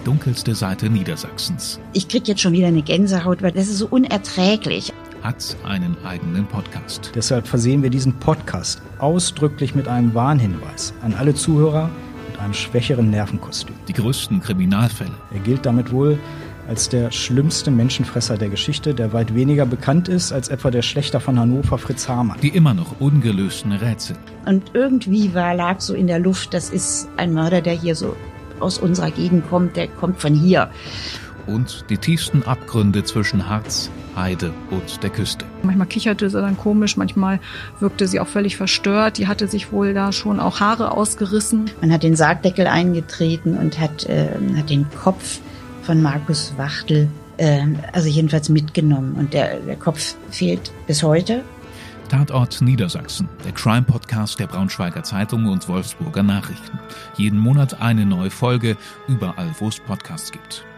dunkelste Seite Niedersachsens. Ich krieg jetzt schon wieder eine Gänsehaut, weil das ist so unerträglich. Hat einen eigenen Podcast. Deshalb versehen wir diesen Podcast ausdrücklich mit einem Warnhinweis an alle Zuhörer mit einem schwächeren Nervenkostüm. Die größten Kriminalfälle. Er gilt damit wohl als der schlimmste Menschenfresser der Geschichte, der weit weniger bekannt ist als etwa der Schlächter von Hannover, Fritz Hamann. Die immer noch ungelösten Rätsel. Und irgendwie lag so in der Luft, das ist ein Mörder, der hier so aus unserer Gegend kommt, der kommt von hier. Und die tiefsten Abgründe zwischen Harz, Heide und der Küste. Manchmal kicherte sie dann komisch, manchmal wirkte sie auch völlig verstört. Die hatte sich wohl da schon auch Haare ausgerissen. Man hat den Sargdeckel eingetreten und hat den Kopf von Markus Wachtel, jedenfalls mitgenommen. Und der Kopf fehlt bis heute. Tatort Niedersachsen, der Crime-Podcast der Braunschweiger Zeitung und Wolfsburger Nachrichten. Jeden Monat eine neue Folge, überall wo es Podcasts gibt.